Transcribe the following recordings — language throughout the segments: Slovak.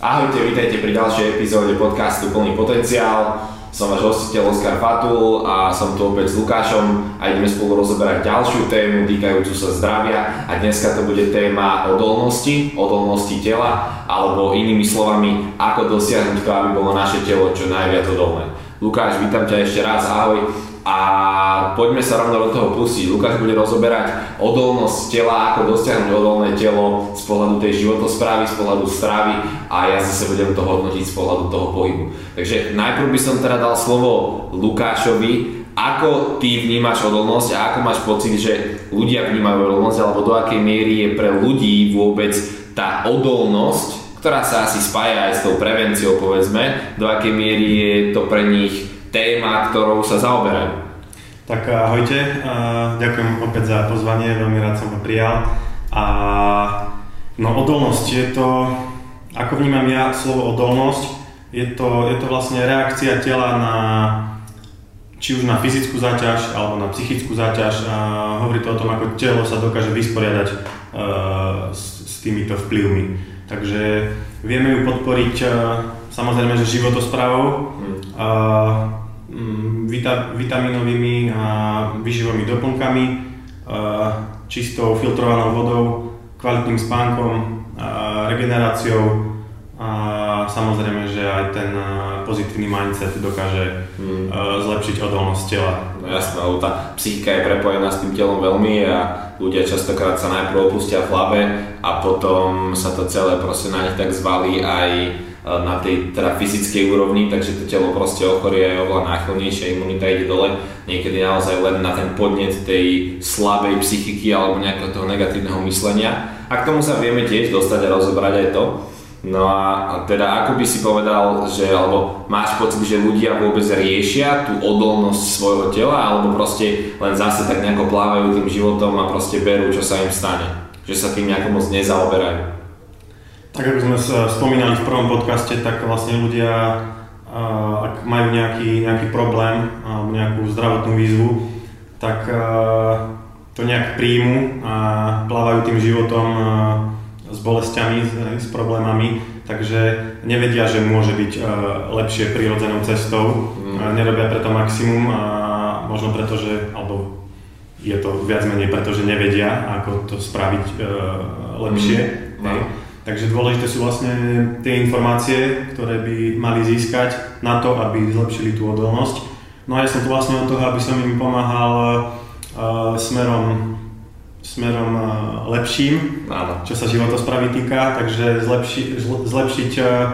Ahojte, vítajte pri ďalšej epizóde podcastu Plný potenciál. Som váš hostiteľ Oskar Fatul a som tu opäť s Lukášom a ideme spolu rozoberať ďalšiu tému týkajúcu sa zdravia a dneska to bude téma odolnosti tela alebo inými slovami, ako dosiahnuť to, aby bolo naše telo čo najviac odolné. Lukáš, vítam ťa ešte raz, ahoj. A poďme sa rovno do toho pustiť. Lukáš bude rozoberať odolnosť tela, ako dosiahnuť odolné telo z pohľadu tej životosprávy, z pohľadu stravy a ja zase budem to hodnotiť z pohľadu toho pohybu. Takže najprv by som teda dal slovo Lukášovi. Ako ty vnímaš odolnosť a ako máš pocit, že ľudia vnímajú odolnosť, alebo do akej miery je pre ľudí vôbec tá odolnosť, ktorá sa asi spája aj s tou prevenciou, povedzme, do akej miery je to pre nich téma, ktorou sa zaoberajú. Tak ahojte, ďakujem opäť za pozvanie, veľmi rád som ho prijal. Odolnosť je to, ako vnímam ja slovo odolnosť, je to vlastne reakcia tela na či už na fyzickú záťaž alebo na psychickú záťaž. Hovorí to o tom, ako telo sa dokáže vysporiadať s týmito vplyvmi. Takže vieme ju podporiť samozrejme, že životosprávou, vitaminovými a výživovými doplnkami, čistou filtrovanou vodou, kvalitným spánkom, regeneráciou a samozrejme, že aj ten pozitívny mindset dokáže zlepšiť odolnosť tela. No jasné, lebo tá psychika je prepojená s tým telom veľmi a ľudia častokrát sa najprv opustia v hlave a potom sa to celé proste na nich tak zvalí aj na tej teda fyzickej úrovni, takže to telo proste ochorie je oveľa náchylnejšie, imunita ide dole, niekedy naozaj len na ten podnet tej slabej psychiky alebo nejakého toho negatívneho myslenia. A k tomu sa vieme tiež dostať a rozobrať aj to. No a teda ako by si povedal, že alebo máš pocit, že ľudia vôbec riešia tú odolnosť svojho tela alebo proste len zase tak nejako plávajú tým životom a proste berú, čo sa im stane, že sa tým nejako moc nezaoberajú? Tak ako sme spomínali v prvom podcaste, tak vlastne ľudia, ak majú nejaký problém alebo nejakú zdravotnú výzvu, tak to nejak príjmu a plávajú tým životom s bolestiami, s problémami, takže nevedia, že môže byť lepšie prirodzenou cestou, nerobia preto maximum a možno preto, že, alebo je to viac menej preto, že nevedia, ako to spraviť lepšie. Takže dôležité sú vlastne tie informácie, ktoré by mali získať na to, aby zlepšili tú odolnosť. No a ja som tu vlastne od toho, aby som im pomáhal smerom lepším, čo sa životosprávy týka, takže zlepšiť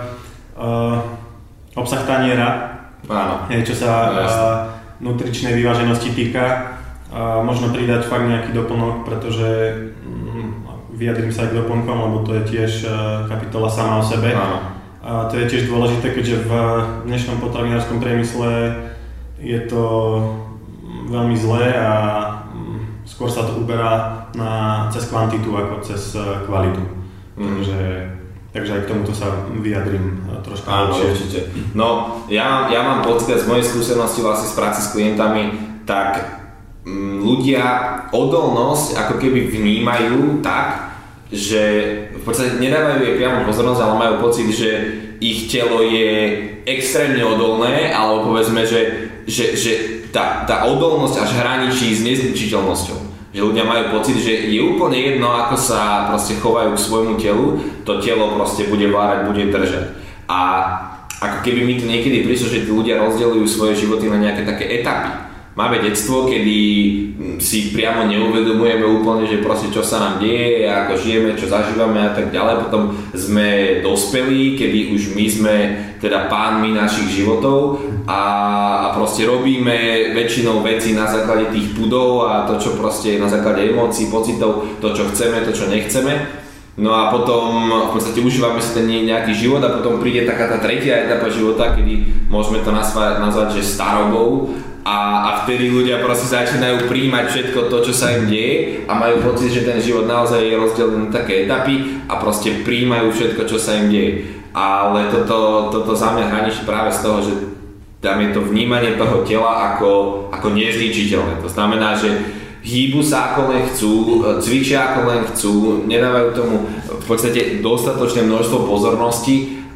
obsah taniera, čo sa nutričnej vyváženosti týka, možno pridať fakt nejaký doplnok, pretože vyjadrím sa aj k doplnkom, lebo to je tiež kapitola sama o sebe. A to je tiež dôležité, keďže v dnešnom potravinárskom priemysle je to veľmi zlé a skôr sa to uberá cez kvantitu ako cez kvalitu. Takže aj k tomuto sa vyjadrím trošku lepšie. Určite. No, ja mám pocit z mojej skúsenosti vlastne z práce s klientami, tak ľudia odolnosť ako keby vnímajú tak, že v podstate nedávajú jej priamo pozornosť, ale majú pocit, že ich telo je extrémne odolné, alebo povedzme, že tá odolnosť až hraničí s nezničiteľnosťou. Že ľudia majú pocit, že je úplne jedno, ako sa proste chovajú k svojmu telu, to telo proste bude várať, bude držať. A ako keby mi to niekedy prišlo, že tí ľudia rozdeľujú svoje životy na nejaké také etapy. Máme detstvo, kedy si priamo neuvedomujeme úplne, že proste čo sa nám deje, ako žijeme, čo zažívame a tak ďalej. Potom sme dospelí, kedy už my sme teda pánmi našich životov a proste robíme väčšinou veci na základe tých pudov a to, čo proste je na základe emócií, pocitov, to, čo chceme, to, čo nechceme. No a potom v podstate užívame si ten nejaký život a potom príde taká tá tretia etapa života, kedy môžeme to nazvať, že starobou. A vtedy ľudia proste začínajú prijímať všetko to, čo sa im deje a majú pocit, že ten život naozaj je rozdelený na také etapy a proste prijímajú všetko, čo sa im deje. Ale toto za mňa hraničí práve z toho, že tam je to vnímanie toho tela ako nezničiteľné. To znamená, že hýbu sa ako len chcú, cvičia ako len chcú, nedávajú tomu v podstate dostatočné množstvo pozornosti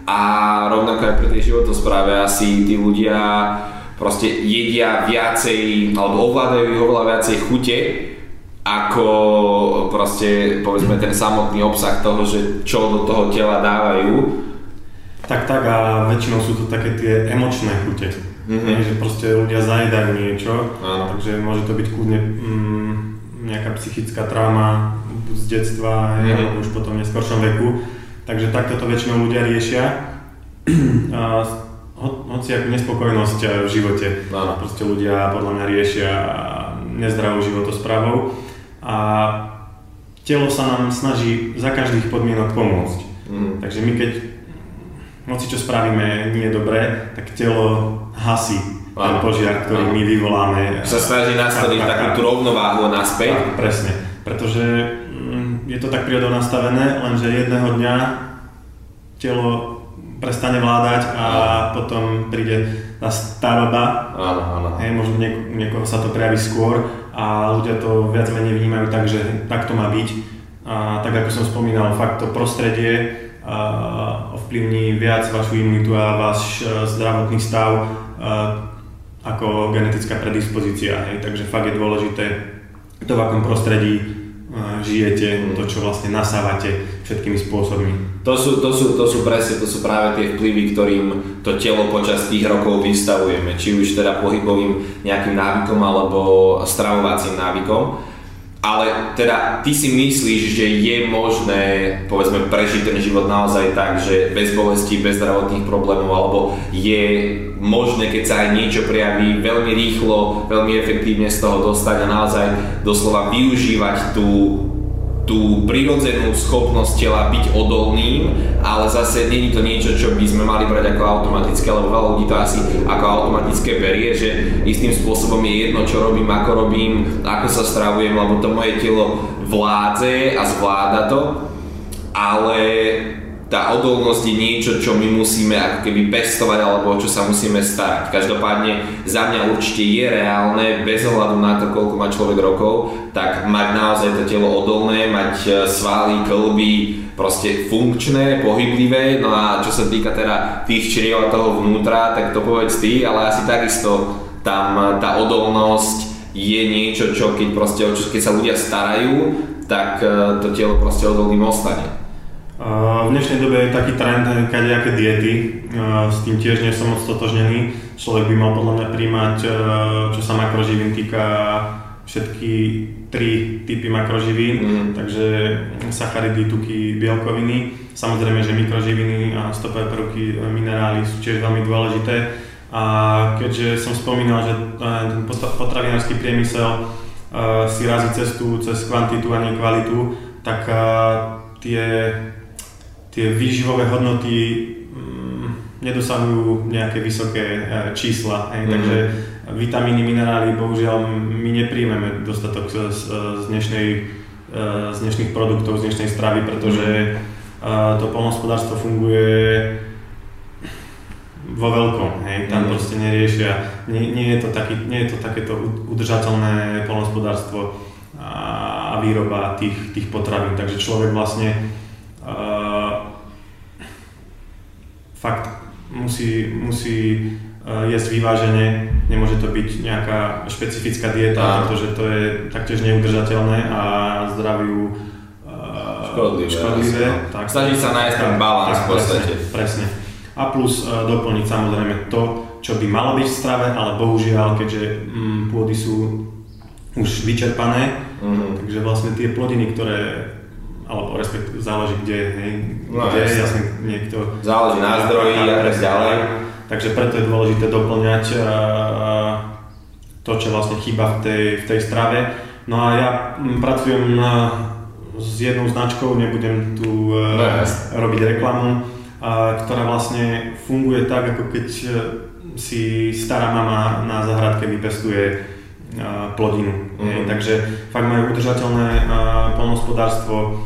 a rovnako aj pri tej životospráve asi tí ľudia proste jedia viacej alebo ovládajú ich oveľa viacej chute ako proste povedzme ten samotný obsah toho, že čo do toho tela dávajú. Tak a väčšinou sú to také tie emočné chute. Že proste ľudia zajedajú niečo, takže môže to byť kľudne nejaká psychická trauma z detstva, alebo už potom v neskoršom veku. Takže takto to väčšinou ľudia riešia. Hoci ako nespokojnosť v živote. Proste ľudia podľa mňa riešia nezdravú životosprávou. A telo sa nám snaží za každých podmienok pomôcť. Takže my keď hoci čo spravíme nie je dobré, tak telo hasí ten požiar, ktorý my vyvoláme. Sa snaží nastaviť takú tú rovnováhu naspäť. Tak, presne. Pretože je to tak prírodou nastavené, lenže jedného dňa telo prestane vládať a potom príde tá staroba. Možno niekoho sa to prejaví skôr a ľudia to viac menej vnímajú tak, že tak to má byť. A tak ako som spomínal, fakt to prostredie ovplyvní viac vašu imunitu a váš zdravotný stav ako genetická predispozícia. Takže fakt je dôležité to, v akom prostredí žijete, to, čo vlastne nasávate všetkými spôsobmi. To sú práve tie vplyvy, ktorým to telo počas tých rokov vystavujeme, či už teda pohybovým nejakým návykom alebo stravovacím návykom. Ale teda ty si myslíš, že je možné povedzme prežiť ten život naozaj tak, že bez bolesti, bez zdravotných problémov, alebo je možné, keď sa aj niečo prejaví, veľmi rýchlo, veľmi efektívne z toho dostať a naozaj doslova využívať tú prirodzenú schopnosť tela byť odolným, ale zase nie je to niečo, čo by sme mali brať ako automatické, lebo veľa ľudí to asi ako automatické berie, že istým spôsobom je jedno, čo robím, ako sa stravujem, lebo to moje telo vládze a zvláda to, ale tá odolnosť je niečo, čo my musíme ako keby pestovať alebo čo sa musíme starať. Každopádne za mňa určite je reálne, bez ohľadu na to, koľko má človek rokov, tak mať naozaj to telo odolné, mať svaly, kĺby proste funkčné, pohyblivé. No a čo sa týka teda tých čriev a toho vnútra, tak to povedz ty, ale asi takisto tam tá odolnosť je niečo, čo keď sa ľudia starajú, tak to telo proste odolným ostane. V dnešnej dobe je taký trend kadejaké diety, s tým tiež nie som moc stotožnený. Človek by mal podľa mňa príjmať, čo sa makroživín týka, všetky 3 typy makroživín, takže sacharidy, tuky, bielkoviny. Samozrejme, že mikroživiny a stopové prvky, minerály sú tiež veľmi dôležité. A keďže som spomínal, že ten potravinársky priemysel si razí cestu cez kvantitu a nie kvalitu, tak tie výživové hodnoty nedosahujú nejaké vysoké čísla, takže vitamíny, minerály bohužiaľ my nepríjmeme dostatok z dnešných produktov, z dnešnej stravy, pretože to poľnohospodárstvo funguje vo veľkom, tam proste neriešia, nie je to takéto udržateľné poľnohospodárstvo a výroba tých potravín, takže človek vlastne fakt musí jesť vyvážene, nemôže to byť nejaká špecifická dieta, pretože to je taktiež neudržateľné a zdraviu škodlivé. Snažiť sa nájsť ten balans v podstate. Presne. A plus doplniť samozrejme to, čo by malo byť v strave, ale bohužiaľ, keďže pôdy sú už vyčerpané, takže vlastne tie plodiny, ktoré alebo respektíve záleží kde, jasne niekto... Záleží na zdroji a tak ďalej. Takže preto je dôležité doplňať to, čo vlastne chýba v tej strave. No a ja pracujem s jednou značkou, nebudem tu robiť reklamu, ktorá vlastne funguje tak, ako keď si stará mama na záhradke vypestuje plodinu. Takže fakt majú udržateľné poľnohospodárstvo,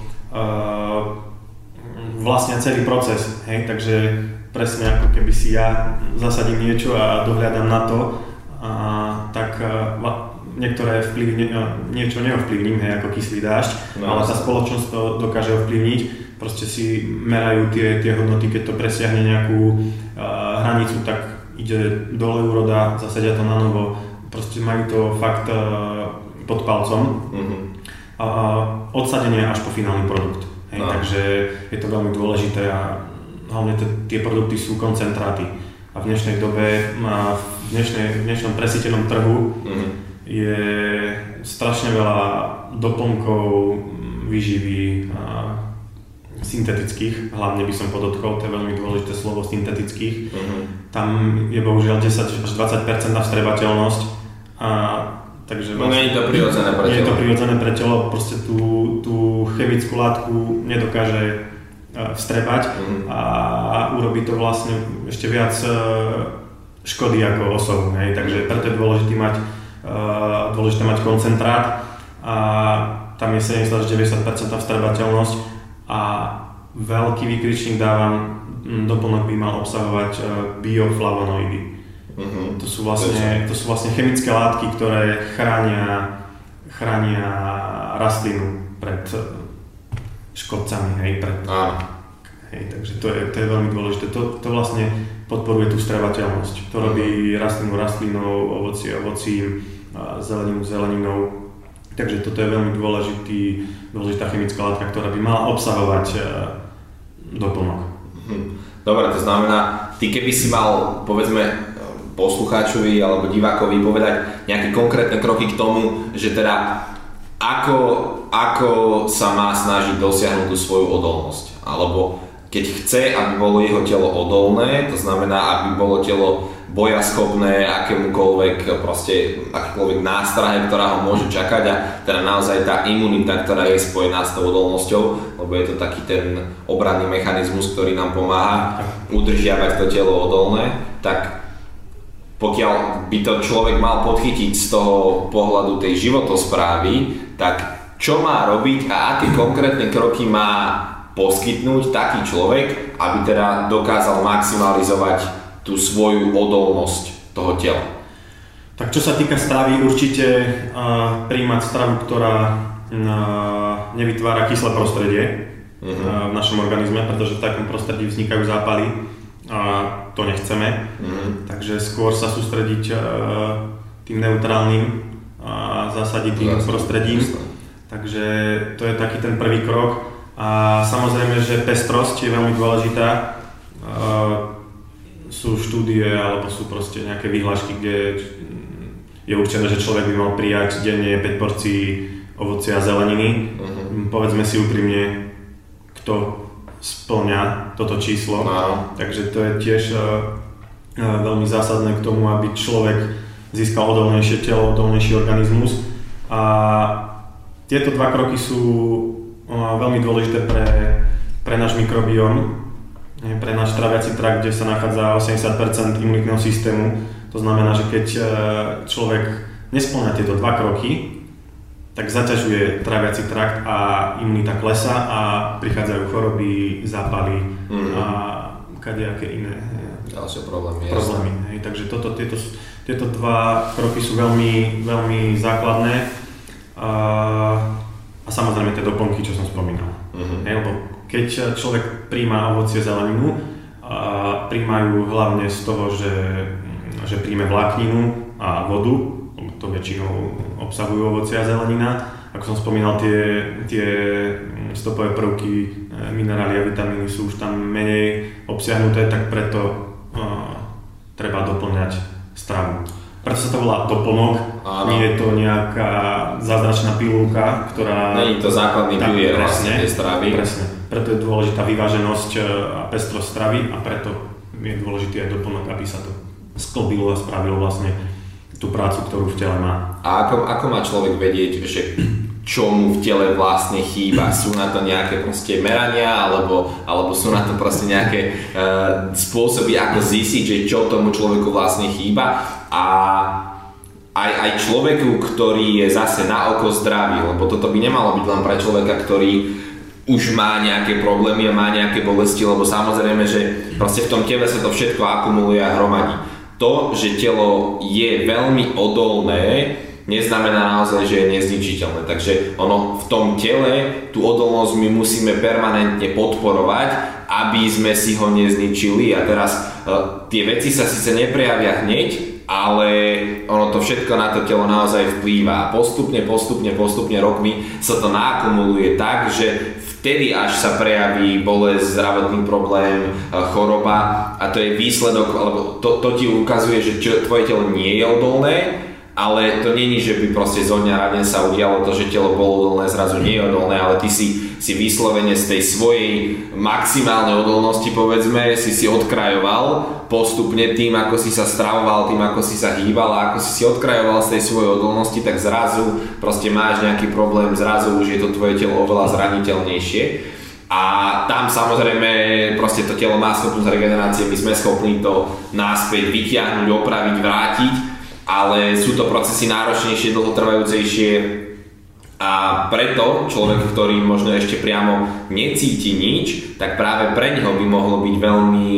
vlastne celý proces, takže presne ako keby si ja zasadím niečo a dohľadám na to, tak niektoré vplyvne, niečo neovplyvním, ako kyslý dážď, ale tá spoločnosť to dokáže ovplyvniť, proste si merajú tie hodnoty, keď to presiahne nejakú hranicu, tak ide dole úroda, zasedia to na novo, proste majú to fakt pod palcom. Odsadenie až po finálny produkt. Hej, takže je to veľmi dôležité a hlavne tie produkty sú koncentráty. A v dnešnej dobe, v dnešnom presýtenom trhu je strašne veľa doplnkov výživy syntetických, hlavne by som podotkol, to je veľmi dôležité slovo, syntetických. Tam je bohužiaľ 10 až 20% vstrebateľnosť. Takže vlastne, nie je to prirodzené pre telo. Nie je to prirodzené pre telo, proste tú chemickú látku nedokáže vstrebať a urobí to vlastne ešte viac škody ako osohu. Takže preto je dôležité mať koncentrát a tam je 70-90% vstrebateľnosť a veľký výkričník dávam, doplnok by mal obsahovať bioflavonoidy. To sú vlastne chemické látky, ktoré chránia rastlinu pred škodcami, takže to je veľmi dôležité. To vlastne podporuje tú strebateľnosť. To robí rastlinu rastlinou, ovocie ovocím, zeleninu zeleninou. Takže toto je veľmi dôležitá chemická látka, ktorá by mala obsahovať doplnok. Dobre, to znamená, ty keby si mal, povedzme, poslucháčovi alebo divákovi povedať nejaké konkrétne kroky k tomu, že teda ako sa má snažiť dosiahnuť tú svoju odolnosť, alebo keď chce, aby bolo jeho telo odolné, to znamená, aby bolo telo bojaschopné akékoľvek nástrahe, ktorá ho môže čakať a teda naozaj tá imunita, ktorá je spojená s tou odolnosťou, lebo je to taký ten obranný mechanizmus, ktorý nám pomáha udržiavať to telo odolné, tak pokiaľ by to človek mal podchytiť z toho pohľadu tej životosprávy, tak čo má robiť a aké konkrétne kroky má poskytnúť taký človek, aby teda dokázal maximalizovať tú svoju odolnosť toho tela? Tak čo sa týka stravy, určite prijímať stravu, ktorá nevytvára kyslé prostredie v našom organizme, pretože v takom prostredí vznikajú zápaly a to nechceme. Takže skôr sa sústrediť tým neutrálnym a zasaditým prostredím. Takže to je taký ten prvý krok. A samozrejme, že pestrosť je veľmi dôležitá. Sú štúdie alebo sú proste nejaké vyhlášky, kde je určené, že človek by mal prijať denne 5 porcií ovocia a zeleniny. Povedzme si úprimne, kto spĺňa toto číslo. Takže to je tiež veľmi zásadné k tomu, aby človek získal odolnejšie telo, odolnejší organizmus. A tieto dva kroky sú veľmi dôležité pre náš mikrobióm, pre náš traviaci trakt, kde sa nachádza 80% imunitného systému. To znamená, že keď človek nespĺňa tieto dva kroky, tak zaťažuje traviaci trakt a imunita klesá a prichádzajú choroby, zápaly a kadejaké iné ďalšie problémy. Takže tieto dva kroky sú veľmi, veľmi základné a samozrejme tie doplnky, čo som spomínal. Lebo keď človek príjma ovocie zeleninu, príjmajú hlavne z toho, že príjme vlákninu a vodu, to väčšinou obsahujú ovocie a zelenina. Ako som spomínal, tie stopové prvky, minerály a vitamíny sú už tam menej obsiahnuté, tak preto treba doplňať stravu. Preto sa to volá doplnok, nie je to nejaká zázračná pilulka, ktorá... Nie je to základný pilier vlastne tej stravy. Presne. Preto je dôležitá vyváženosť a pestrosť stravy a preto je dôležitý aj doplnok, aby sa to sklbilo a spravilo vlastne tú prácu, ktorú v tele má. A ako má človek vedieť, že čo mu v tele vlastne chýba? Sú na to nejaké proste merania, alebo sú na to proste nejaké spôsoby, ako zistiť, že čo tomu človeku vlastne chýba? A aj človeku, ktorý je zase na oko zdravý, lebo toto by nemalo byť len pre človeka, ktorý už má nejaké problémy a má nejaké bolesti, lebo samozrejme, že proste v tom tele sa to všetko akumuluje a hromadí. To, že telo je veľmi odolné, neznamená naozaj, že je nezničiteľné. Takže ono v tom tele, tú odolnosť my musíme permanentne podporovať, aby sme si ho nezničili. A teraz tie veci sa síce neprejavia hneď, ale ono to všetko na to telo naozaj vplýva. Postupne rokmi sa to naakumuluje tak, že vtedy až sa prejaví bolesť, zdravotný problém, choroba a to je výsledok, alebo to ti ukazuje, že tvoje telo nie je odolné, ale to nie je, že by proste zo dňa na deň sa udialo to, že telo bolo odolné, zrazu nie je odolné, ale ty si vyslovene z tej svojej maximálnej odolnosti, povedzme, si odkrajoval postupne tým, ako si sa stravoval, tým, ako si sa hýbal a ako si odkrajoval z tej svojej odolnosti, tak zrazu proste máš nejaký problém, zrazu už je to tvoje telo oveľa zraniteľnejšie. A tam samozrejme proste to telo má schopnosť regenerácie, my sme schopní to naspäť vytiahnuť, opraviť, vrátiť, ale sú to procesy náročnejšie, dlhotrvajúcejšie a preto človek, ktorý možno ešte priamo necíti nič, tak práve pre neho by mohlo byť veľmi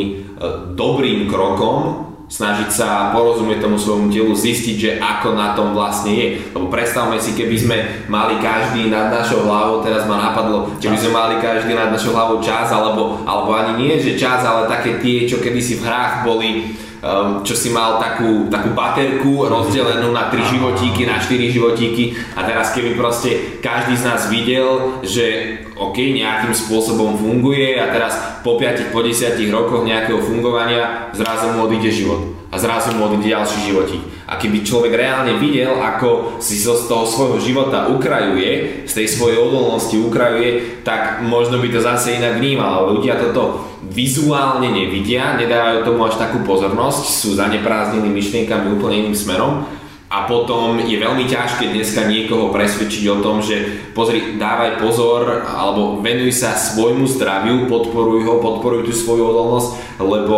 dobrým krokom snažiť sa porozumieť tomu svojmu telu, zistiť, že ako na tom vlastne je. Lebo predstavme si, keby sme mali každý nad našou hlavou, teraz ma napadlo, keby sme mali každý nad našou hlavou čas, alebo ani nie, že čas, ale také tie, čo kedysi v hrách boli, čo si mal takú baterku rozdelenú na 3 životíky, na 4 životíky a teraz keby proste každý z nás videl, že OK, nejakým spôsobom funguje a teraz po 5, po 10 rokoch nejakého fungovania zrazu mu odíde život a zrazu mu odíde ďalší životík. A keby človek reálne videl, ako si z toho svojho života ukrajuje, z tej svojej odolnosti ukrajuje, tak možno by to zase inak vnímal, ale ľudia toto vizuálne nevidia, nedávajú tomu až takú pozornosť, sú zaneprázdnení myšlienkami úplne iným smerom a potom je veľmi ťažké dneska niekoho presvedčiť o tom, že pozri, dávaj pozor alebo venuj sa svojmu zdraviu, podporuj tú svoju odolnosť, lebo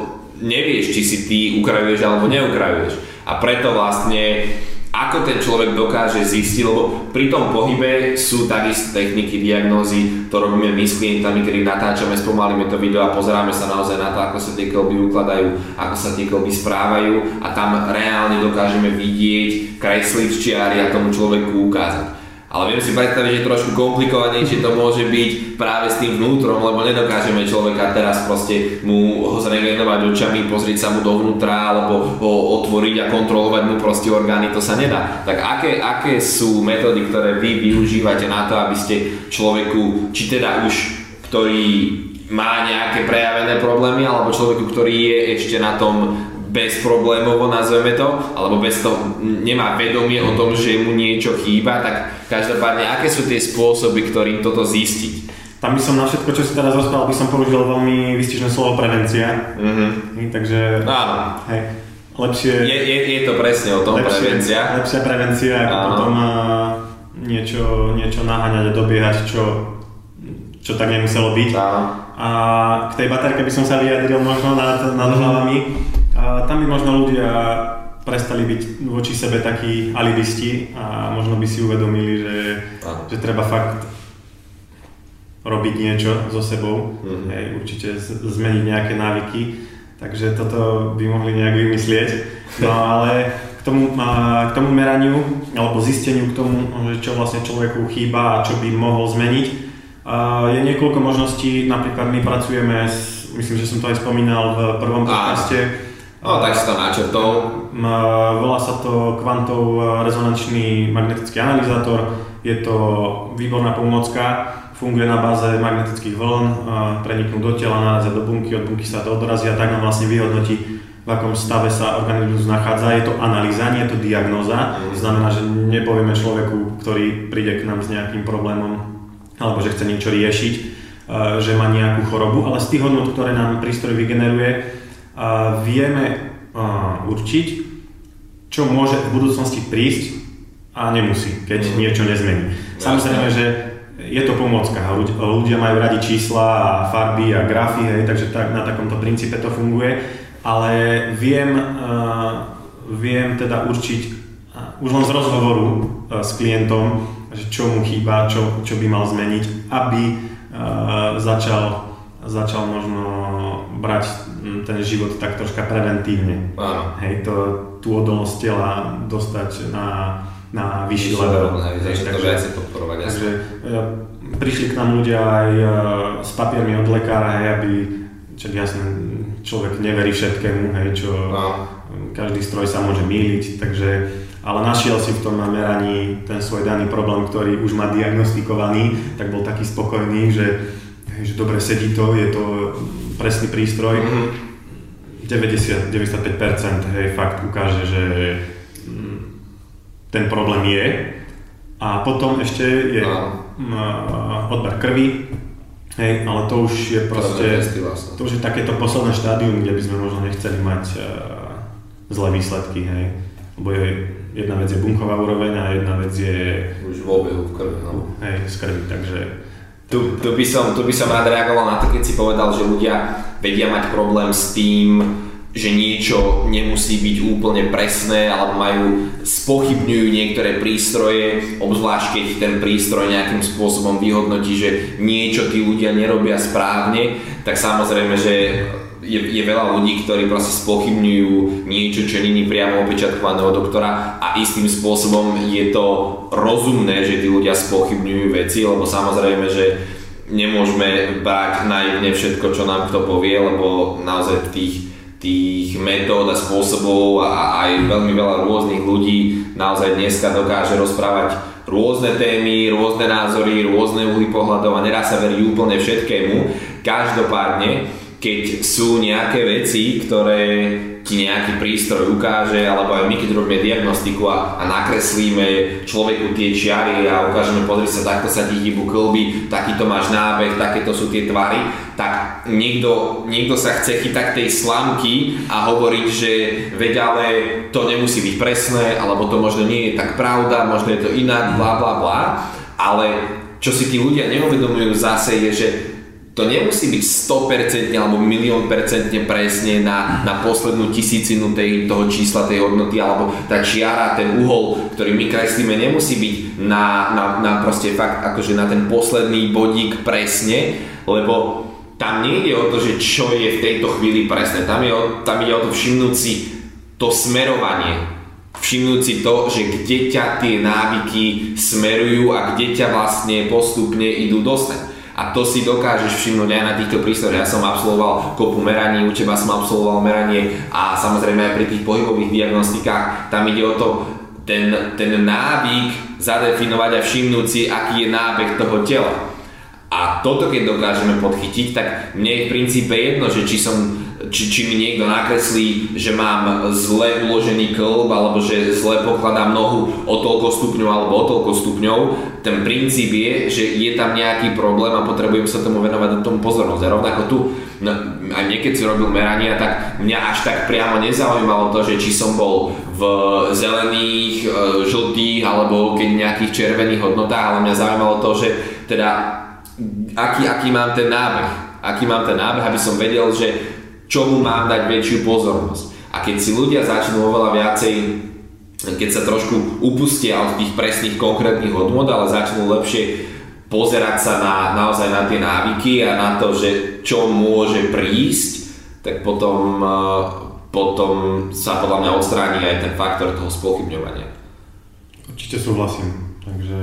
nevieš, či si ty ukrajuješ alebo neukrajuješ. A preto vlastne ako ten človek dokáže zistiť, lebo pri tom pohybe sú takisto techniky diagnózy, to robíme my s klientami, keď natáčame, spomalíme to video a pozeráme sa naozaj na to, ako sa tie kĺby ukladajú, ako sa tie kĺby správajú a tam reálne dokážeme vidieť, kresliť čiary a tomu človeku ukázať. Ale viem si predstaviť, že trošku komplikovanejšie to môže byť práve s tým vnútrom, lebo nedokážeme človeka teraz proste mu ho zregenerovať očami, pozrieť sa mu dovnútra alebo ho otvoriť a kontrolovať mu proste orgány, to sa nedá. Tak aké sú metódy, ktoré vy využívate na to, aby ste človeku, či teda už, ktorý má nejaké prejavené problémy, alebo človeku, ktorý je ešte na tom bezproblémovo, nazveme to, alebo bez toho nemá vedomie o tom, že mu niečo chýba, tak každopádne, aké sú tie spôsoby, ktorým toto zistiť? Tam by som na všetko, čo si teraz rozprával, by som použil veľmi výstižné slovo prevencia. Takže áno. Hej, lepšie... Je to presne o tom, prevencia. Lepšia prevencia, ako potom niečo naháňať a dobiehať, čo tak nemuselo byť. Áno. A k tej baterke by som sa vyjadril možno nad hlavami. Tam by možno ľudia prestali byť voči sebe takí alibisti a možno by si uvedomili, že treba fakt robiť niečo so sebou, hej, určite zmeniť nejaké návyky, takže toto by mohli nejak vymyslieť. No ale k tomu meraniu alebo zisteniu k tomu, čo vlastne človeku chýba a čo by mohol zmeniť, je niekoľko možností. Napríklad my pracujeme myslím, že som to aj spomínal v prvom podcaste. No, tak si to načrtol. Volá sa to kvantov rezonančný magnetický analyzátor. Je to výborná pomôcka, funguje na báze magnetických vln, preniknú do tela, narazia do bunky, od bunky sa to odrazí a tak nám vlastne vyhodnotí, v akom stave sa organizmus nachádza. Je to analýza, nie je to diagnóza. To znamená, že nepovieme človeku, ktorý príde k nám s nejakým problémom alebo že chce niečo riešiť, že má nejakú chorobu, ale z tých hodnot, ktoré nám prístroj vygeneruje, vieme určiť, čo môže v budúcnosti prísť a nemusí, keď niečo nezmení. Samozrejme, že je to pomôcka. Ľudia majú radi čísla a farby a grafy, hej, takže na takomto princípe to funguje, ale viem teda určiť už len z rozhovoru s klientom, že čo mu chýba, čo by mal zmeniť, aby začal možno brať ten život tak troška preventívne. Áno. Hej, tú odolnosť tela dostať na vyšší level. Takže to viac podporovať. Takže prišli k nám ľudia aj s papiermi od lekára, hej, aby jasne, človek neverí všetkému, hej, čo každý stroj sa môže mýliť, takže ale našiel si v tom meraní ten svoj daný problém, ktorý už má diagnostikovaný, tak bol taký spokojný, že dobre sedí to, je to presný prístroj. 95% hej, fakt ukáže, že ten problém je. A potom ešte je odber krvi, hej, ale to už je proste, to už je takéto posledné štádium, kde by sme možno nechceli mať zlé výsledky, hej. Lebo jedna vec je bunková úroveň a jedna vec je už v obehu v krvi, no. Hej, z krvi, takže Tu by som rád reagoval na to, keď si povedal, že ľudia vedia mať problém s tým, že niečo nemusí byť úplne presné, alebo spochybňujú niektoré prístroje, obzvlášť keď ten prístroj nejakým spôsobom vyhodnotí, že niečo tí ľudia nerobia správne, tak samozrejme, že je veľa ľudí, ktorí proste spochybňujú niečo, čo nie je priamo opečiatkované od doktora a istým spôsobom je to rozumné, že tí ľudia spochybňujú veci, lebo samozrejme, že nemôžeme brať naivne všetko, čo nám kto povie, lebo naozaj tých metód a spôsobov a aj veľmi veľa rôznych ľudí naozaj dneska dokáže rozprávať rôzne témy, rôzne názory, rôzne uhly pohľadov a nedá sa veriť úplne všetkému. Každopádne, keď sú nejaké veci, ktoré ti nejaký prístroj ukáže, alebo aj my keď robíme diagnostiku a nakreslíme človeku tie čiary a ukážeme, pozri sa, takto sa ti hýbu kĺby, takýto máš nábeh, takéto sú tie tvary, tak niekto sa chce chytať tej slamky a hovoriť, že veď ale to nemusí byť presné, alebo to možno nie je tak pravda, možno je to inak, bla bla bla, ale čo si tí ľudia neuvedomujú zase je, že to nemusí byť 100% alebo 1,000,000% presne na poslednú tisícinu toho čísla, tej hodnoty, alebo tá čiara, ten uhol, ktorý my kreslíme, nemusí byť na proste fakt akože na ten posledný bodík presne, lebo tam nejde o to, že čo je v tejto chvíli presne, tam ide o to všimnúť si to smerovanie, všimnúť si to, že kde ťa tie návyky smerujú a kde ťa vlastne postupne idú dostať. A to si dokážeš všimnúť aj na týchto prístrojoch. Ja som absolvoval kopu meraní, u teba som absolvoval meranie a samozrejme aj pri tých pohybových diagnostikách. Tam ide o to, ten návyk zadefinovať a všimnúť si, aký je nábeh toho tela. A toto keď dokážeme podchytiť, tak mne je v princípe jedno, že či mi niekto nakreslí, že mám zle uložený kĺb alebo že zle pokladám nohu o toľko stupňov alebo o toľko stupňov. Ten princíp je, že je tam nejaký problém a potrebujem sa tomu venovať, tomu pozornosť. A rovnako tu, aj mne keď si robil merania, tak mňa až tak priamo nezaujímalo to, že či som bol v zelených, žltých alebo keď nejakých červených hodnotách, ale mňa zaujímalo to, že teda aký mám ten nábeh, aby som vedel, že čomu mám dať väčšiu pozornosť. A keď si ľudia začnú oveľa viacej, keď sa trošku upustia od tých presných konkrétnych hodnôt, ale začnú lepšie pozerať sa naozaj na tie návyky a na to, že čo môže prísť, tak potom sa podľa mňa odstráni aj ten faktor toho spochybňovania. Určite súhlasím. Takže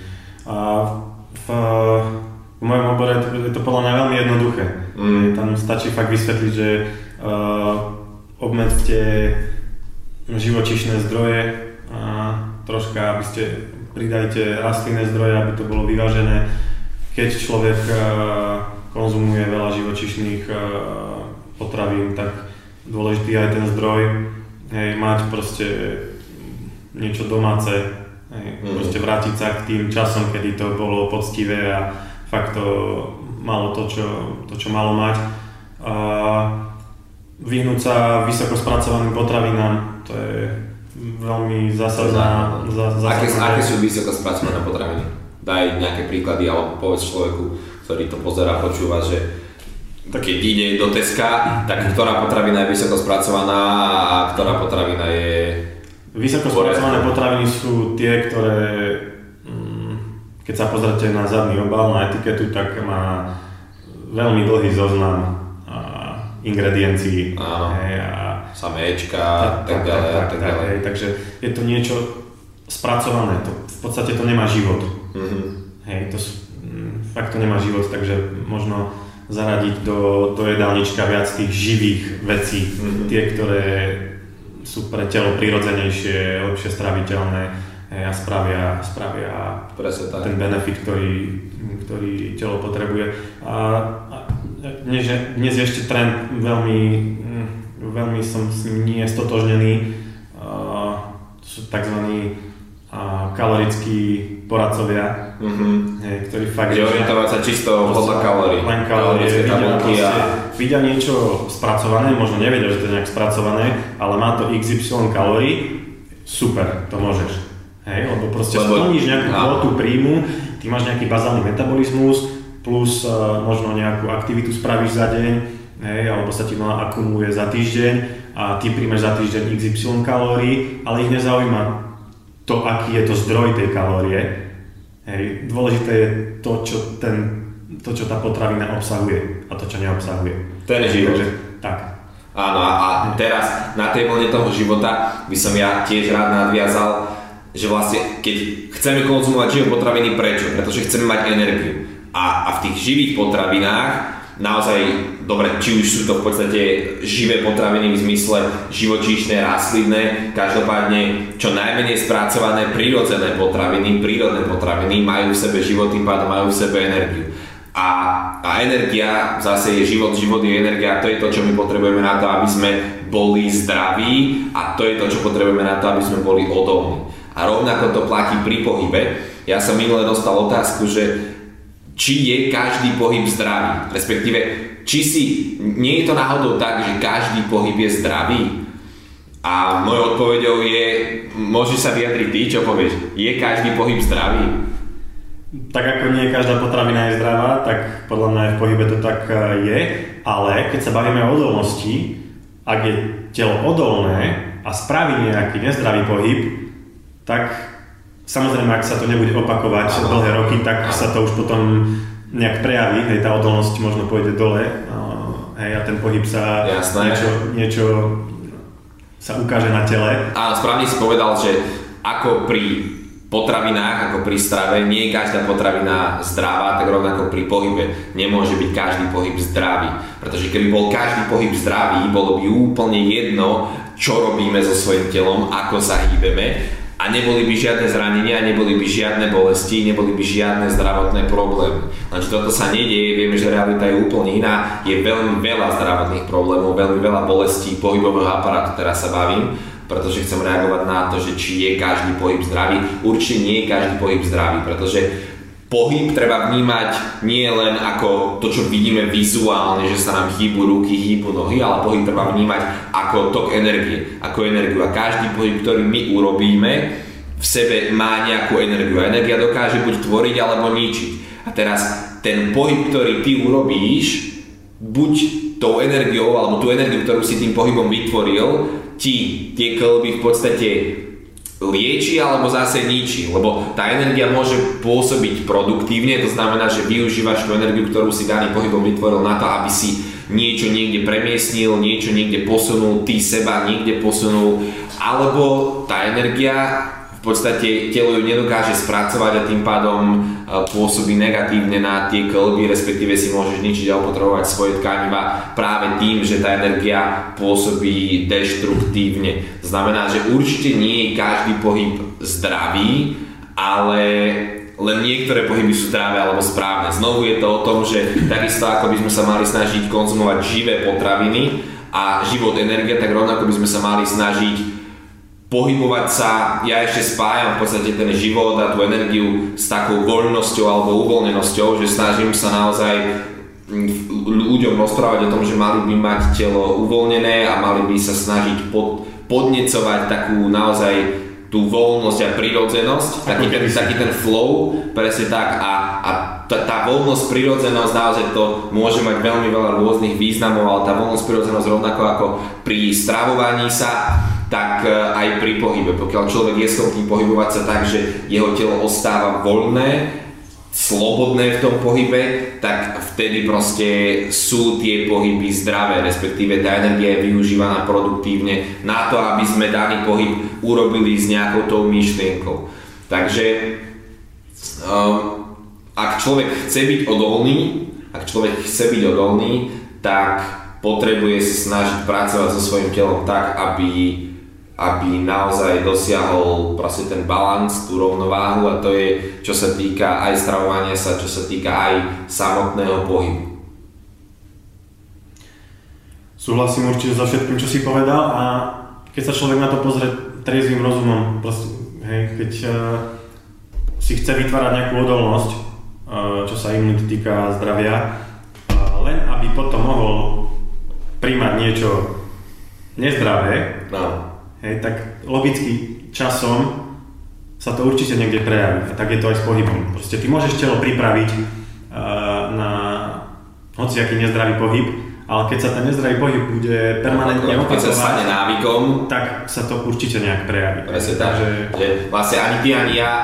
v mojom obore je to podľa mňa veľmi jednoduché. Tam stačí fakt vysvetliť, že obmedzte živočíšne zdroje a troška, aby ste pridajte rastlinné zdroje, aby to bolo vyvážené. Keď človek konzumuje veľa živočíšnych potravín, tak dôležitý aj ten zdroj, mať proste niečo domáce, proste vrátiť sa k tým časom, kedy to bolo poctivé a fakt to malo to, čo malo mať. A vyhnúť sa vysoko spracovaným potravinám, to je veľmi zásadná. Aké sú vysoko spracované potraviny? Daj nejaké príklady, alebo povedz človeku, ktorý to pozerá, počúva, že keď ide do Teska, tak ktorá potravina je vysoko spracovaná a ktorá potravina je... Vysoko spracované potraviny sú tie, ktoré keď sa pozrite na zadný obal, na etiketu, tak má veľmi dlhý zoznam ingrediencií. Áno, samečka, tak ďalej. Takže je to niečo spracované, to v podstate to nemá život. Hej, fakt to nemá život, takže možno zaradiť do jedálnička viac tých živých vecí, tie, ktoré sú pre telo prirodzenejšie, lepšie straviteľné a spravia ten benefit, ktorý telo potrebuje. Dnes je ešte trend veľmi som s ním nie stotožnený, to sú takzvaní kalorickí poradcovia, ktorí fakt... Že orientovať sa čisto podľa kalórií. Len kalórie, vidia niečo spracované, možno nevedia, že to je nejak spracované, ale má to XY kalórií, super, to môžeš. Hej, lebo proste splníš nejakú kvotu príjmu, ty máš nejaký bazálny metabolizmus, plus možno nejakú aktivitu spravíš za deň, hej, alebo sa ti akumuluje za týždeň a ty príjmeš za týždeň XY kalórií, ale ich nezaujíma to, aký je to zdroj tej kalórie. Hej, dôležité je to, čo tá potravina obsahuje a to, čo neobsahuje. Ten život. Tak. Áno, a teraz na tej vlne toho života by som ja tiež rád nadviazal, že vlastne keď chceme konzumovať živé potraviny, prečo? Pretože chceme mať energiu. A v tých živých potravinách naozaj, dobre, či už sú to v podstate živé potraviny v zmysle živočíšne, rastlinné, každopádne čo najmenej spracované prírodzené potraviny majú v sebe život, tým pádom majú v sebe energiu. A energia, zase je život je energia, to je to, čo my potrebujeme na to, aby sme boli zdraví a to je to, čo potrebujeme na to, aby sme boli odolní. A rovnako to platí pri pohybe. Ja som minule dostal otázku, že či je každý pohyb zdravý, respektíve, nie je to náhodou tak, že každý pohyb je zdravý? A mojou odpoveďou je, môžeš sa vyjadriť ty, čo povieš, je každý pohyb zdravý? Tak ako nie každá potravina je zdravá, tak podľa mňa aj v pohybe to tak je, ale keď sa bavíme o odolnosti, ak je telo odolné a spraví nejaký nezdravý pohyb, tak samozrejme, ak sa to nebude opakovať dlhé roky, tak sa to už potom nejak prejaví, hej, tá odolnosť možno pôjde dole, hej, a ten pohyb sa niečo sa ukáže na tele. Áno, správne si povedal, že ako pri potravinách, ako pri strave, nie je každá potravina zdravá, tak rovnako pri pohybe nemôže byť každý pohyb zdravý. Pretože keby bol každý pohyb zdravý, bolo by úplne jedno, čo robíme so svojím telom, ako sa hýbeme, a neboli by žiadne zranenia, neboli by žiadne bolesti, neboli by žiadne zdravotné problémy. Lenže toto sa nedieje, vieme, že realita je úplne iná, je veľmi veľa zdravotných problémov, veľmi veľa bolestí pohybového aparátu, teraz sa bavím, pretože chcem reagovať na to, že či je každý pohyb zdravý. Určite nie je každý pohyb zdravý, pretože pohyb treba vnímať nie len ako to, čo vidíme vizuálne, že sa nám hýbu ruky, hýbu nohy, ale pohyb treba vnímať ako tok energie, ako energiu. A každý pohyb, ktorý my urobíme, v sebe má nejakú energiu. A energia dokáže buď tvoriť, alebo ničiť. A teraz ten pohyb, ktorý ty urobíš, buď tou energiou, alebo tú energiu, ktorú si tým pohybom vytvoril, ti tie kĺby v podstate lieči alebo zase ničí, lebo tá energia môže pôsobiť produktívne, to znamená, že využívaš tú energiu, ktorú si daný pohybom vytvoril na to, aby si niečo niekde premiestnil, niečo niekde posunul, ty seba niekde posunul, alebo tá energia v podstate telo ju nedokáže spracovať a tým pádom pôsobí negatívne na tie kĺby, respektíve si môžeš ničiť a opotrebovať svoje tkaniva práve tým, že tá energia pôsobí deštruktívne. Znamená, že určite nie je každý pohyb zdravý, ale len niektoré pohyby sú zdravé alebo správne. Znovu je to o tom, že takisto ako by sme sa mali snažiť konzumovať živé potraviny a život energia, tak rovnako by sme sa mali snažiť pohybovať sa. Ja ešte spájam v podstate ten život a tú energiu s takou voľnosťou alebo uvoľnenosťou, že snažím sa naozaj ľuďom rozprávať o tom, že mali by mať telo uvoľnené a mali by sa snažiť podnecovať takú naozaj tú voľnosť a prirodzenosť, taký ten flow, presne tak, a tá voľnosť, prirodzenosť, naozaj to môže mať veľmi veľa rôznych významov, ale tá voľnosť, prirodzenosť rovnako ako pri stravovaní sa, tak aj pri pohybe. Pokiaľ človek je schopný pohybovať sa tak, že jeho telo ostáva voľné, slobodné v tom pohybe, tak vtedy proste sú tie pohyby zdravé, respektíve tá energia je využívaná produktívne na to, aby sme daný pohyb urobili s nejakou tou myšlienkou. Takže ak človek chce byť odolný, tak potrebuje sa snažiť pracovať so svojím telom tak, aby naozaj dosiahol proste ten balans, tú rovnováhu, a to je, čo sa týka aj stravovania sa, čo sa týka aj samotného pohybu. Súhlasím určite so všetkým, čo si povedal, a keď sa človek na to pozrie triezvym rozumom, proste, hej, keď si chce vytvárať nejakú odolnosť, čo sa imunity týka zdravia, len aby potom mohol príjmať niečo nezdravé, hej, tak logicky časom sa to určite niekde prejaví. A tak je to aj s pohybom. Proste ty môžeš telo pripraviť na hociaký nezdravý pohyb, ale keď sa ten nezdravý pohyb bude permanentne opakovať, keď sa stane návykom, tak sa to určite nejak prejaví. Presne tak, že vlastne ani ty, ani ja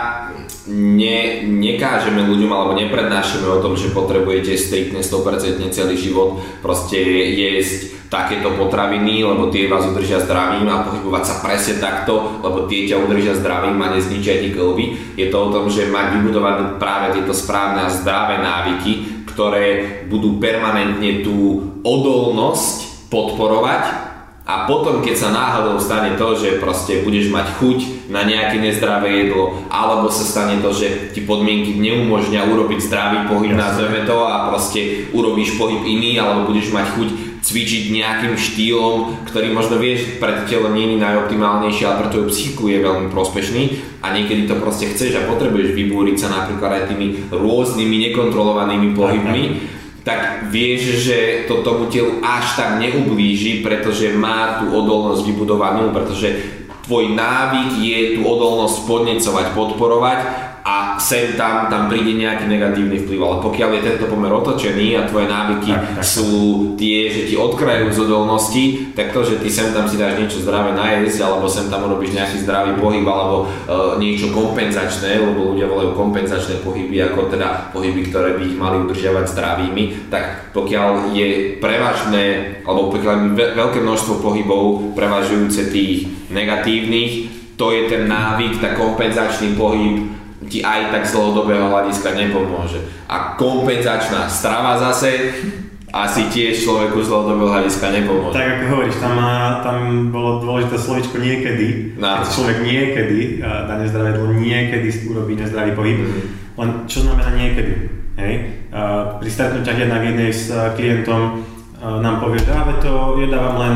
nekážeme ľuďom alebo neprednášame o tom, že potrebujete striktne 100% celý život proste jesť takéto potraviny, lebo tie vás udržia zdravým, a pohybovať sa presne takto, lebo tie ťa udržia zdravým a nezničia ti kĺby. Je to o tom, že mať vybudované práve tieto správne a zdravé návyky, ktoré budú permanentne tú odolnosť podporovať. A potom, keď sa náhodou stane to, že proste budeš mať chuť na nejaké nezdravé jedlo, alebo sa stane to, že ti podmienky neumožňa urobiť zdravý pohyb, nazveme to, a proste urobíš pohyb iný, alebo budeš mať chuť cvičiť nejakým štýlom, ktorý možno vieš, pre telo nie je najoptimálnejší, ale pre tvoju psychiku je veľmi prospešný, a niekedy to proste chceš a potrebuješ vybúriť sa napríklad aj tými rôznymi nekontrolovanými pohybmi, tak vieš, že to tomu telu až tak neublíži, pretože má tú odolnosť vybudovanú, pretože tvoj návyk je tú odolnosť podnecovať, podporovať, a sem tam príde nejaký negatívny vplyv. Ale pokiaľ je tento pomer otočený a tvoje návyky sú tie, že ti odkrajujú z odolnosti, tak to, že ty sem tam si dáš niečo zdravé najesť, alebo sem tam urobíš nejaký zdravý pohyb, alebo niečo kompenzačné, lebo ľudia volajú kompenzačné pohyby, ako teda pohyby, ktoré by ich mali udržiavať zdravými, tak pokiaľ je prevažné, alebo pokiaľ je veľké množstvo pohybov prevažujúce tých negatívnych, to je ten návyk, tá kompenzačný pohyb ti aj tak z dlhodobého hľadiska nepomôže. A kompenzačná strava zase asi tiež človeku z dlhodobého hľadiska nepomôže. Tak ako hovoríš, tam bolo dôležité slovičko niekedy. Keď človek niekedy dá nezdravé jedlo, niekedy urobí nezdravý pohyb. Len čo znamená niekedy? Hej? Pri stretnutiach jednak jednej s klientom nám povie, že to jedávam len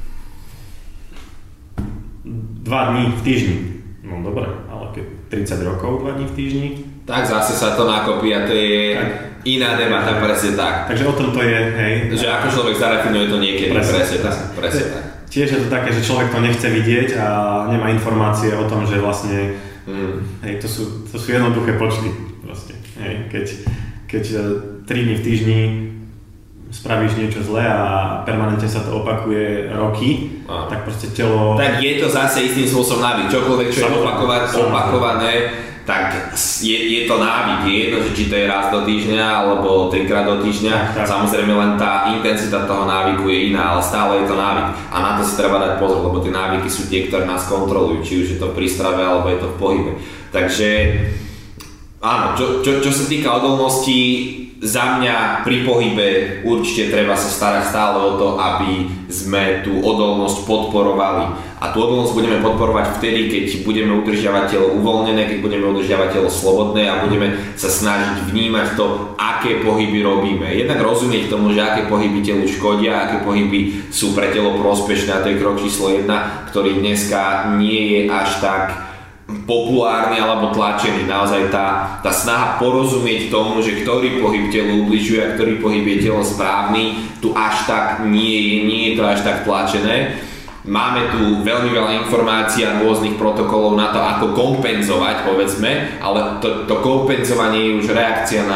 2 dní v týždni. No dobre, ale keď 30 rokov 2 dní v týždni, tak zase sa to nakopí, a to je iná debata, presne tak. Takže o tom to je, hej. Že ako človek zadefinuje to niekedy, presne tak. Tiež je to také, že človek to nechce vidieť a nemá informácie o tom, že vlastne hej, to sú jednoduché počty proste. Hej. Keď 3 dní v týždni spravíš niečo zlé a permanentne sa to opakuje roky, tak proste telo... Tak je to zase istým spôsobom návyk. Čokoľvek, čo je opakované, tak je to návyk. Je jedno, že či to je raz do týždňa alebo 3-krát do týždňa. Tak. Samozrejme len tá intenzita toho návyku je iná, ale stále je to návyk. A na to si treba dať pozor, lebo tie návyky sú tie, ktoré nás kontrolujú. Či už je to pri strave, alebo je to v pohybe. Takže áno, čo sa týka odolnosti, za mňa pri pohybe určite treba sa starať stále o to, aby sme tú odolnosť podporovali. A tú odolnosť budeme podporovať vtedy, keď budeme udržiavať telo uvoľnené, keď budeme udržiavať telo slobodné a budeme sa snažiť vnímať to, aké pohyby robíme. Jednak rozumieť tomu, že aké pohyby telu škodia, aké pohyby sú pre telo prospešné, a to je krok číslo 1, ktorý dneska nie je až tak populárny alebo tlačený. Naozaj tá snaha porozumieť tomu, že ktorý pohyb telu ubližuje a ktorý pohyb je telo správny, tu až tak nie je to až tak tlačené. Máme tu veľmi veľa informácií a rôznych protokolov na to, ako kompenzovať, povedzme, ale to kompenzovanie je už reakcia na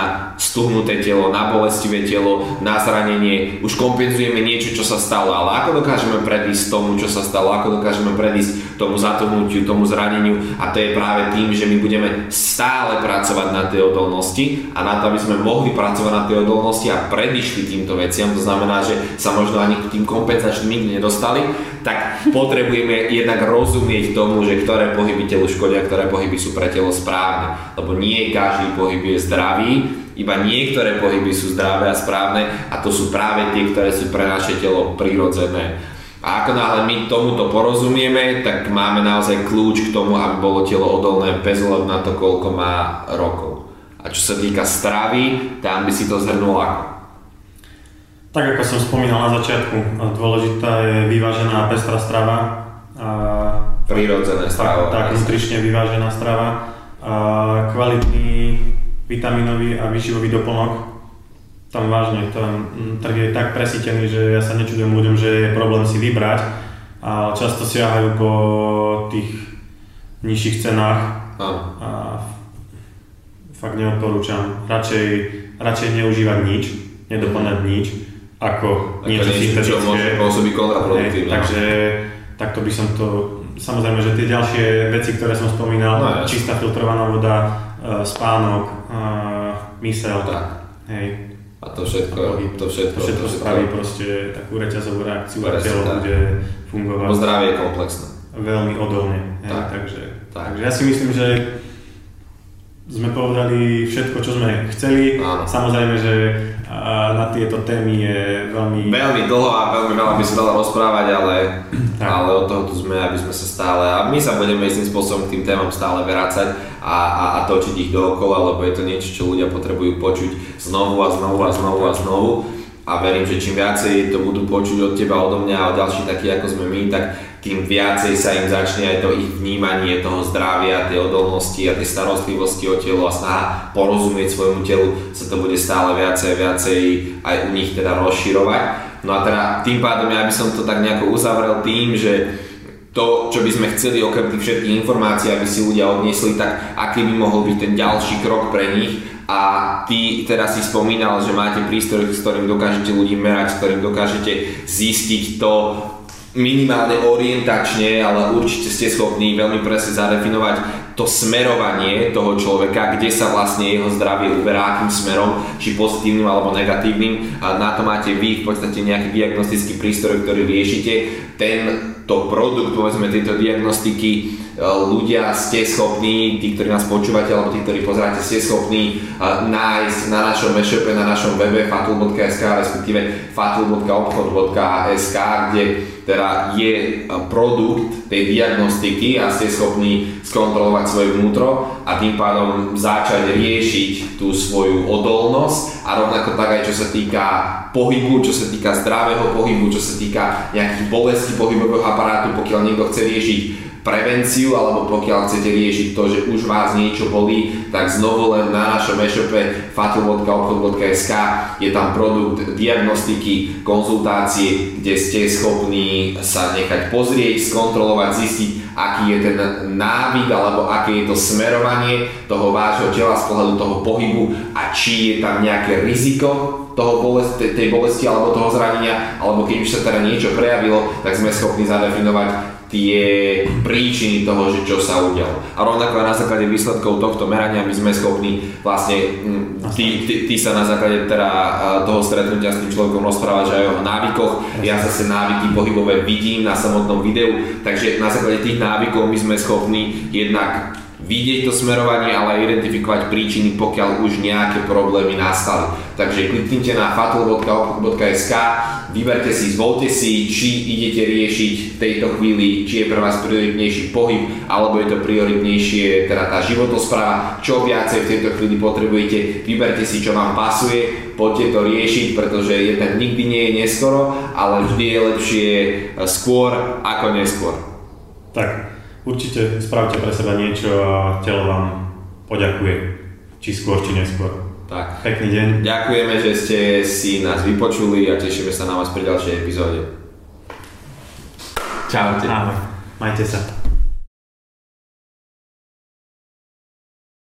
stuhnuté telo, na bolestivé telo, na zranenie, už kompenzujeme niečo, čo sa stalo, ale ako dokážeme predísť tomu, čo sa stalo, ako dokážeme predísť tomu zatuhnutiu, tomu zraneniu, a to je práve tým, že my budeme stále pracovať na tej odolnosti, a na to, aby sme mohli pracovať na tej odolnosti a predišli týmto veciam, to znamená, že sa možno ani k tým kompenzačným nikdy nedostali, tak potrebujeme jednak rozumieť tomu, že ktoré pohyby telu škodia, ktoré pohyby sú pre telo správne, lebo nie každý pohyb je zdravý, iba niektoré pohyby sú zdravé a správne, a to sú práve tie, ktoré sú pre naše telo prirodzené. A ako náhle my tomuto porozumieme, tak máme naozaj kľúč k tomu, aby bolo telo odolné bez ohľadu na to, koľko má rokov. A čo sa týka stravy, tam by si to zhrnul ako? Tak ako som spomínal na začiatku, dôležitá je vyvážená a pestrá strava. Prirodzené strava. Tak, nutrične vyvážená strava. Kvalitný vitaminový a výživový doplnok. Tam vážne, trh je tak presýtený, že ja sa nečudujem ľuďom, že je problém si vybrať. A často siahajú po tých nižších cenách. A fakt neodporúčam. Radšej neužívať nič, nedoplňať nič, ako niečo syntetické. Čo môže pôsobiť kontraproduktívne. Takže takto by som to... Samozrejme, že tie ďalšie veci, ktoré som spomínal, čistá filtrovaná voda, spánok, myseľ, hej. A to všetko spraví proste takú reťazovú reakciu a telo bude fungovať. Bo zdravie je komplexné. Veľmi odolne. Takže ja si myslím, že sme povedali všetko, čo sme chceli. Áno. Samozrejme, že na tieto témy je veľmi dlho a veľmi veľa by sa dalo rozprávať, ale od toho tu sme, aby sme sa stále, a my sa budeme istým spôsobom k tým témam stále vracať a točiť ich dookola, lebo je to niečo, čo ľudia potrebujú počuť znovu a znovu a znovu a znovu. A verím, že čím viacej to budú počuť od teba, odo mňa a od ďalších takých ako sme my, tak tým viacej sa im začne aj to ich vnímanie toho zdravia, tej odolnosti a tej starostlivosti o telo a snaha porozumieť svojmu telu sa to bude stále viacej aj u nich teda rozširovať. No a teda tým pádom ja by som to tak nejako uzavrel tým, že to, čo by sme chceli okrem tých všetkých informácií, aby si ľudia odniesli, tak aký by mohol byť ten ďalší krok pre nich. A ty teraz si spomínal, že máte prístroj, s ktorým dokážete ľudí merať, s ktorým dokážete zistiť to minimálne orientačne, ale určite ste schopní veľmi presne zadefinovať to smerovanie toho človeka, kde sa vlastne jeho zdravie uberá, akým smerom, či pozitívnym alebo negatívnym. A na to máte vy v podstate nejaký diagnostický prístroj, ktorý riešite. Tento produkt, povedzme, tejto diagnostiky, ľudia ste schopní, tí, ktorí nás počúvate, alebo tí, ktorí pozeráte, ste schopní nájsť na našom e-shope, na našom webe fatul.sk, respektíve fatul.obchod.sk, kde teda je produkt tej diagnostiky a ste schopní skontrolovať svoje vnútro a tým pádom začať riešiť tú svoju odolnosť, a rovnako tak aj čo sa týka pohybu, čo sa týka zdravého pohybu, čo sa týka nejakých bolestí pohybového aparátu, pokiaľ niekto chce riešiť prevenciu, alebo pokiaľ chcete riešiť to, že už vás niečo bolí, tak znovu len na našom e-shope fatul.obchod.sk je tam produkt diagnostiky, konzultácie, kde ste schopní sa nechať pozrieť, skontrolovať, zistiť, aký je ten návyk, alebo aké je to smerovanie toho vášho tela z pohľadu toho pohybu a či je tam nejaké riziko tej bolesti alebo toho zranenia, alebo keď už sa teda niečo prejavilo, tak sme schopní zadefinovať tie príčiny toho, že čo sa udialo. A rovnako aj na základe výsledkov tohto merania my sme schopní vlastne, ty sa na základe teda toho stretnutia s tým človekom rozprávať aj o jeho návykoch. Ja zase návyky pohybové vidím na samotnom videu, takže na základe tých návykov my sme schopní jednak vidieť to smerovanie, ale aj identifikovať príčiny, pokiaľ už nejaké problémy nastali. Takže kliknite na fatul.obchod.sk, vyberte si, zvolte si, či idete riešiť v tejto chvíli, či je pre vás prioritnejší pohyb, alebo je to prioritnejšie teda tá životospráva, čo viacej v tejto chvíli potrebujete, vyberte si, čo vám pasuje, poďte to riešiť, pretože jednak nikdy nie je neskoro, ale vždy je lepšie skôr ako neskôr. Tak. Určite spravte pre seba niečo a telo vám poďakuje, či skôr, či neskôr. Tak. Pekný deň. Ďakujeme, že ste si nás vypočuli a tešíme sa na vás pri ďalšej epizóde. Čaute. Ahoj. Majte sa.